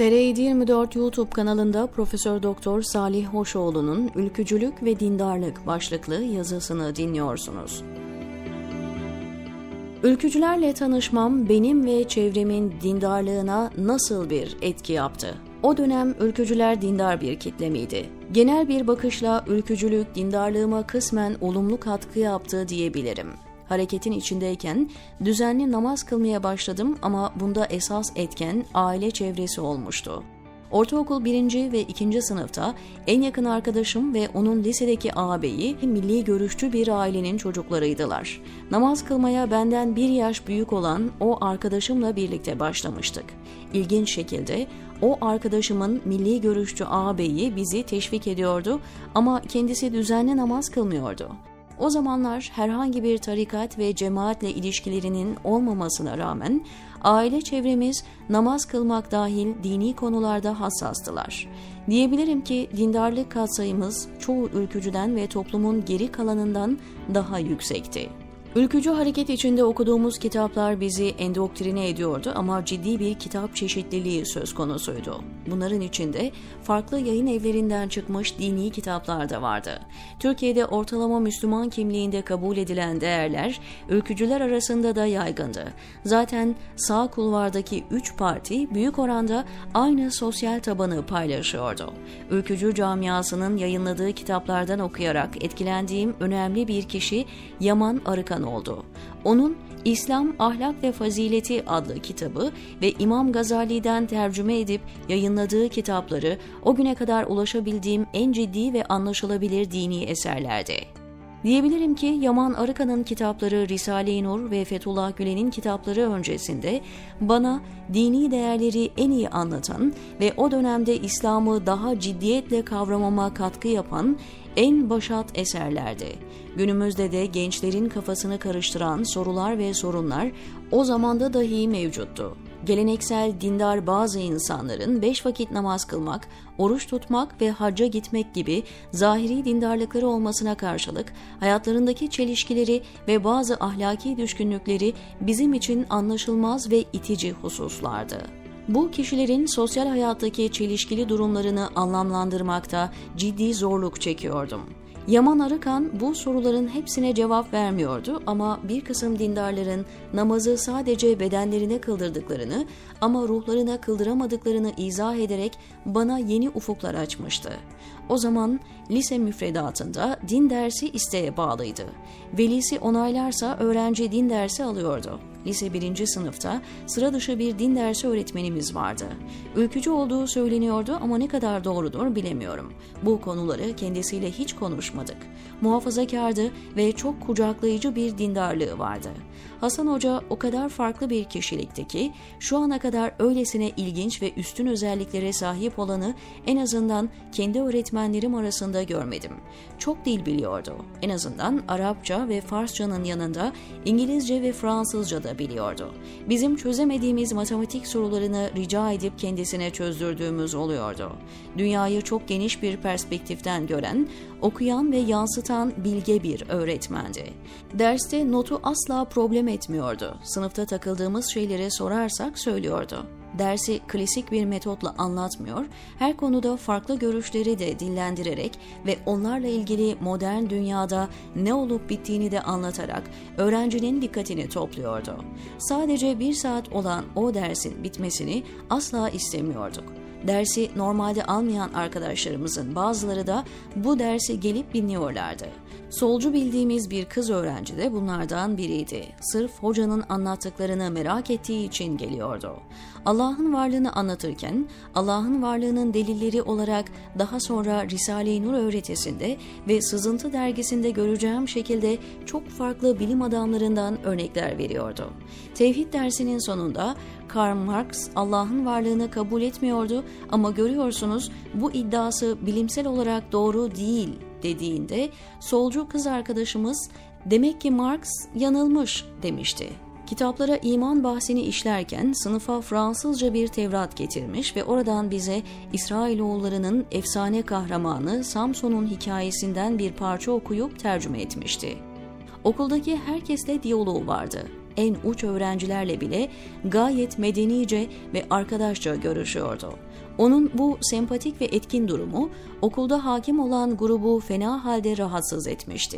TR724 YouTube kanalında Profesör Doktor Salih Hoşoğlu'nun Ülkücülük ve Dindarlık başlıklı yazısını dinliyorsunuz. Ülkücülerle tanışmam benim ve çevremin dindarlığına nasıl bir etki yaptı? O dönem ülkücüler dindar bir kitle miydi? Genel bir bakışla ülkücülük dindarlığıma kısmen olumlu katkı yaptı diyebilirim. Hareketin içindeyken düzenli namaz kılmaya başladım ama bunda esas etken aile çevresi olmuştu. Ortaokul 1. ve 2. sınıfta en yakın arkadaşım ve onun lisedeki ağabeyi milli görüşçü bir ailenin çocuklarıydılar. Namaz kılmaya benden 1 yaş büyük olan o arkadaşımla birlikte başlamıştık. İlginç şekilde o arkadaşımın milli görüşçü ağabeyi bizi teşvik ediyordu ama kendisi düzenli namaz kılmıyordu. O zamanlar herhangi bir tarikat ve cemaatle ilişkilerinin olmamasına rağmen aile çevremiz namaz kılmak dahil dini konularda hassastılar. Diyebilirim ki dindarlık katsayımız çoğu ülkücüden ve toplumun geri kalanından daha yüksekti. Ülkücü hareket içinde okuduğumuz kitaplar bizi endoktrine ediyordu ama ciddi bir kitap çeşitliliği söz konusuydu. Bunların içinde farklı yayın evlerinden çıkmış dini kitaplar da vardı. Türkiye'de ortalama Müslüman kimliğinde kabul edilen değerler ülkücüler arasında da yaygındı. Zaten sağ kulvardaki 3 parti büyük oranda aynı sosyal tabanı paylaşıyordu. Ülkücü camiasının yayınladığı kitaplardan okuyarak etkilendiğim önemli bir kişi Yaman Arıkan oldu. Onun İslam, Ahlak ve Fazileti adlı kitabı ve İmam Gazali'den tercüme edip yayınladığı kitapları o güne kadar ulaşabildiğim en ciddi ve anlaşılabilir dini eserlerdi. Diyebilirim ki Yaman Arıkan'ın kitapları Risale-i Nur ve Fethullah Gülen'in kitapları öncesinde bana dini değerleri en iyi anlatan ve o dönemde İslam'ı daha ciddiyetle kavramama katkı yapan en başat eserlerdi. Günümüzde de gençlerin kafasını karıştıran sorular ve sorunlar o zamanda dahi mevcuttu. Geleneksel dindar bazı insanların 5 vakit namaz kılmak, oruç tutmak ve hacca gitmek gibi zahiri dindarlıkları olmasına karşılık hayatlarındaki çelişkileri ve bazı ahlaki düşkünlükleri bizim için anlaşılmaz ve itici hususlardı. Bu kişilerin sosyal hayattaki çelişkili durumlarını anlamlandırmakta ciddi zorluk çekiyordum. Yaman Arıkan bu soruların hepsine cevap vermiyordu ama bir kısım dindarların namazı sadece bedenlerine kıldırdıklarını ama ruhlarına kıldıramadıklarını izah ederek bana yeni ufuklar açmıştı. O zaman lise müfredatında din dersi isteğe bağlıydı. Velisi onaylarsa öğrenci din dersi alıyordu. Lise 1. sınıfta sıra dışı bir din dersi öğretmenimiz vardı. Ülkücü olduğu söyleniyordu ama ne kadar doğrudur bilemiyorum. Bu konuları kendisiyle hiç konuşmadık. Muhafazakardı ve çok kucaklayıcı bir dindarlığı vardı. Hasan Hoca o kadar farklı bir kişilikti ki şu ana kadar öylesine ilginç ve üstün özelliklere sahip olanı en azından kendi öğretmenlerim arasında görmedim. Çok dil biliyordu. En azından Arapça ve Farsçanın yanında İngilizce ve Fransızca da biliyordu. Bizim çözemediğimiz matematik sorularını rica edip kendisine çözdürdüğümüz oluyordu. Dünyayı çok geniş bir perspektiften gören, okuyan ve yansıtan bilge bir öğretmendi. Derste notu asla problem etmiyordu. Sınıfta takıldığımız şeyleri sorarsak söylüyordu. Dersi klasik bir metotla anlatmıyor, her konuda farklı görüşleri de dillendirerek ve onlarla ilgili modern dünyada ne olup bittiğini de anlatarak öğrencinin dikkatini topluyordu. Sadece 1 saat olan o dersin bitmesini asla istemiyorduk. Dersi normalde almayan arkadaşlarımızın bazıları da bu dersi gelip dinliyorlardı. Solcu bildiğimiz bir kız öğrenci de bunlardan biriydi. Sırf hocanın anlattıklarını merak ettiği için geliyordu. Allah'ın varlığını anlatırken, Allah'ın varlığının delilleri olarak daha sonra Risale-i Nur öğretisinde ve Sızıntı dergisinde göreceğim şekilde çok farklı bilim adamlarından örnekler veriyordu. Tevhid dersinin sonunda Karl Marx Allah'ın varlığını kabul etmiyordu ama görüyorsunuz bu iddiası bilimsel olarak doğru değil dediğinde solcu kız arkadaşımız demek ki Marx yanılmış demişti. Kitaplara iman bahsini işlerken sınıfa Fransızca bir Tevrat getirmiş ve oradan bize İsrailoğullarının efsane kahramanı Samson'un hikayesinden bir parça okuyup tercüme etmişti. Okuldaki herkesle diyaloğu vardı. en uç öğrencilerle bile gayet medenice ve arkadaşça görüşüyordu. Onun bu sempatik ve etkin durumu okulda hakim olan grubu fena halde rahatsız etmişti.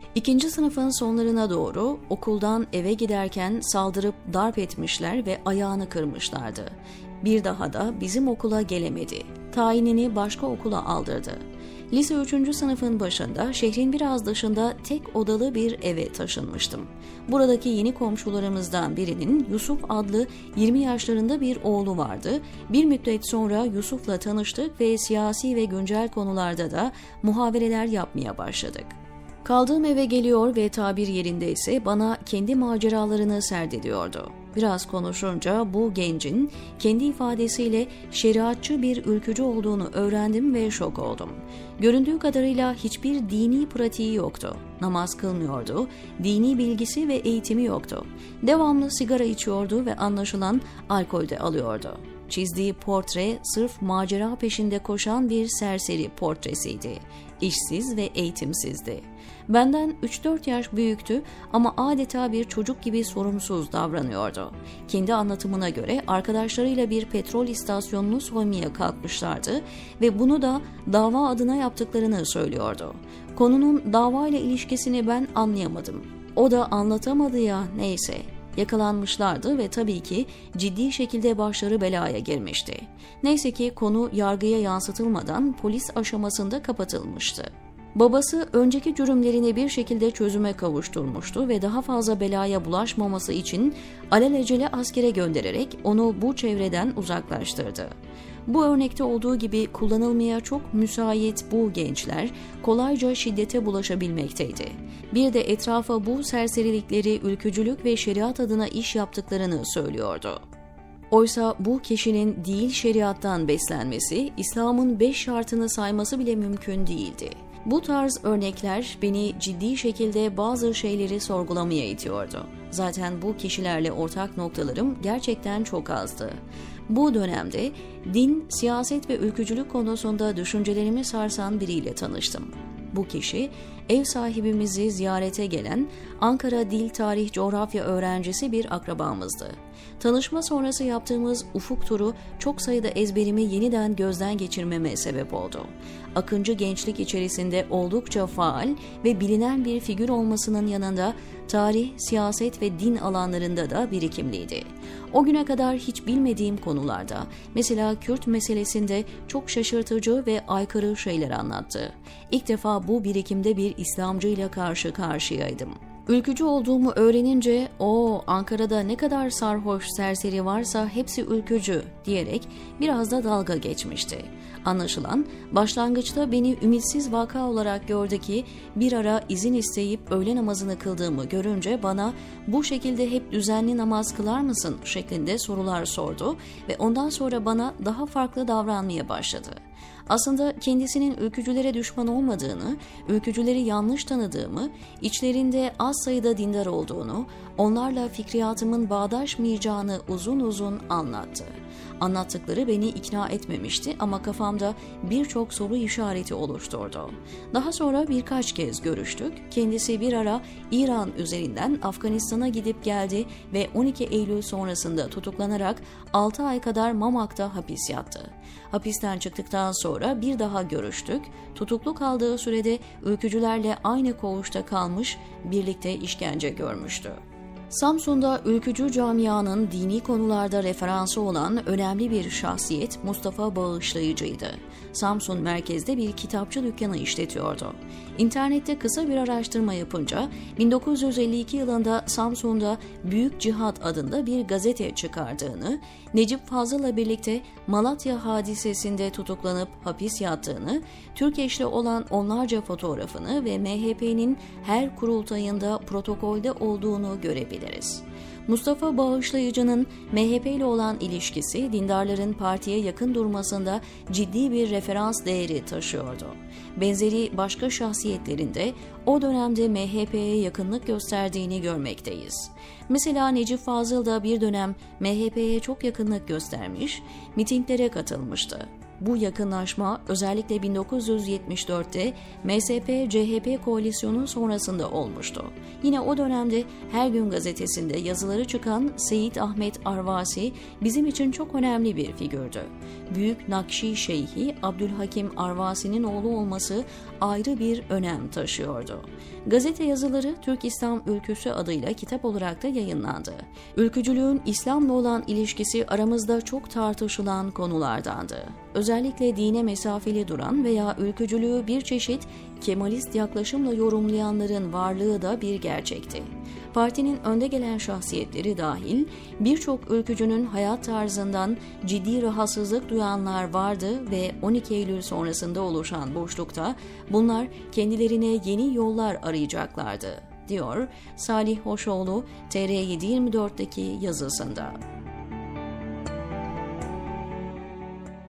2. sınıfın sonlarına doğru okuldan eve giderken saldırıp darp etmişler ve ayağını kırmışlardı. Bir daha da bizim okula gelemedi. Tayinini başka okula aldırdı. Lise 3. sınıfın başında şehrin biraz dışında tek odalı bir eve taşınmıştım. Buradaki yeni komşularımızdan birinin Yusuf adlı 20 yaşlarında bir oğlu vardı. Bir müddet sonra Yusuf'la tanıştık ve siyasi ve güncel konularda da muhabereler yapmaya başladık. Kaldığım eve geliyor ve tabir yerindeyse bana kendi maceralarını serdediyordu. Biraz konuşunca bu gencin kendi ifadesiyle şeriatçı bir ülkücü olduğunu öğrendim ve şok oldum. Göründüğü kadarıyla hiçbir dini pratiği yoktu. Namaz kılmıyordu, dini bilgisi ve eğitimi yoktu. Devamlı sigara içiyordu ve anlaşılan alkol de alıyordu. Çizdiği portre sırf macera peşinde koşan bir serseri portresiydi. İşsiz ve eğitimsizdi. Benden 3-4 yaş büyüktü ama adeta bir çocuk gibi sorumsuz davranıyordu. Kendi anlatımına göre arkadaşlarıyla bir petrol istasyonunu soymaya kalkmışlardı ve bunu da dava adına yaptıklarını söylüyordu. Konunun davayla ilişkisini ben anlayamadım. O da anlatamadı ya, neyse. Yakalanmışlardı ve tabii ki ciddi şekilde başları belaya girmişti. Neyse ki konu yargıya yansıtılmadan polis aşamasında kapatılmıştı. Babası önceki cürümlerini bir şekilde çözüme kavuşturmuştu ve daha fazla belaya bulaşmaması için alelacele askere göndererek onu bu çevreden uzaklaştırdı. Bu örnekte olduğu gibi kullanılmaya çok müsait bu gençler kolayca şiddete bulaşabilmekteydi. Bir de etrafa bu serserilikleri ülkücülük ve şeriat adına iş yaptıklarını söylüyordu. Oysa bu kişinin değil şeriattan beslenmesi, İslam'ın 5 şartını sayması bile mümkün değildi. Bu tarz örnekler beni ciddi şekilde bazı şeyleri sorgulamaya itiyordu. Zaten bu kişilerle ortak noktalarım gerçekten çok azdı. Bu dönemde din, siyaset ve ülkücülük konusunda düşüncelerimi sarsan biriyle tanıştım. Bu kişi ev sahibimizi ziyarete gelen Ankara Dil Tarih Coğrafya öğrencisi bir akrabamızdı. Tanışma sonrası yaptığımız ufuk turu çok sayıda ezberimi yeniden gözden geçirmeme sebep oldu. Akıncı gençlik içerisinde oldukça faal ve bilinen bir figür olmasının yanında tarih, siyaset ve din alanlarında da birikimliydi. O güne kadar hiç bilmediğim konularda, mesela Kürt meselesinde çok şaşırtıcı ve aykırı şeyler anlattı. İlk defa bu birikimde bir İslamcıyla karşı karşıyaydım. Ülkücü olduğumu öğrenince "O Ankara'da ne kadar sarhoş serseri varsa hepsi ülkücü" diyerek biraz da dalga geçmişti. Anlaşılan başlangıçta beni ümitsiz vaka olarak gördü ki bir ara izin isteyip öğle namazını kıldığımı görünce bana "Bu şekilde hep düzenli namaz kılar mısın?" şeklinde sorular sordu ve ondan sonra bana daha farklı davranmaya başladı. Aslında kendisinin ülkücülere düşman olmadığını, ülkücüleri yanlış tanıdığımı, içlerinde az sayıda dindar olduğunu, onlarla fikriyatımın bağdaşmayacağını uzun uzun anlattı. Anlattıkları beni ikna etmemişti ama kafamda birçok soru işareti oluşturdu. Daha sonra birkaç kez görüştük. Kendisi bir ara İran üzerinden Afganistan'a gidip geldi ve 12 Eylül sonrasında tutuklanarak 6 ay kadar Mamak'ta hapis yattı. Hapisten çıktıktan sonra bir daha görüştük. Tutuklu kaldığı sürede ülkücülerle aynı koğuşta kalmış, birlikte işkence görmüştü. Samsun'da ülkücü camianın dini konularda referansı olan önemli bir şahsiyet Mustafa Bağışlayıcı'ydı. Samsun merkezde bir kitapçı dükkanı işletiyordu. İnternette kısa bir araştırma yapınca 1952 yılında Samsun'da Büyük Cihat adında bir gazete çıkardığını, Necip Fazıl'la birlikte Malatya hadisesinde tutuklanıp hapis yattığını, Türkeş'le olan onlarca fotoğrafını ve MHP'nin her kurultayında protokolde olduğunu görebiliriz. Mustafa Bağışlayıcı'nın MHP ile olan ilişkisi dindarların partiye yakın durmasında ciddi bir referans değeri taşıyordu. Benzeri başka şahsiyetlerinde o dönemde MHP'ye yakınlık gösterdiğini görmekteyiz. Mesela Necip Fazıl da bir dönem MHP'ye çok yakınlık göstermiş, mitinglere katılmıştı. Bu yakınlaşma özellikle 1974'te MSP-CHP koalisyonu sonrasında olmuştu. Yine o dönemde Her Gün gazetesinde yazıları çıkan Seyit Ahmet Arvasi bizim için çok önemli bir figürdü. Büyük Nakşi Şeyhi Abdülhakim Arvasi'nin oğlu olması ayrı bir önem taşıyordu. Gazete yazıları Türk İslam Ülküsü adıyla kitap olarak da yayınlandı. Ülkücülüğün İslam'la olan ilişkisi aramızda çok tartışılan konulardandı. Özellikle dine mesafeli duran veya ülkücülüğü bir çeşit Kemalist yaklaşımla yorumlayanların varlığı da bir gerçekti. Partinin önde gelen şahsiyetleri dahil birçok ülkücünün hayat tarzından ciddi rahatsızlık duyanlar vardı ve 12 Eylül sonrasında oluşan boşlukta bunlar kendilerine yeni yollar arayacaklardı, diyor Salih Hoşoğlu TR724'deki yazısında.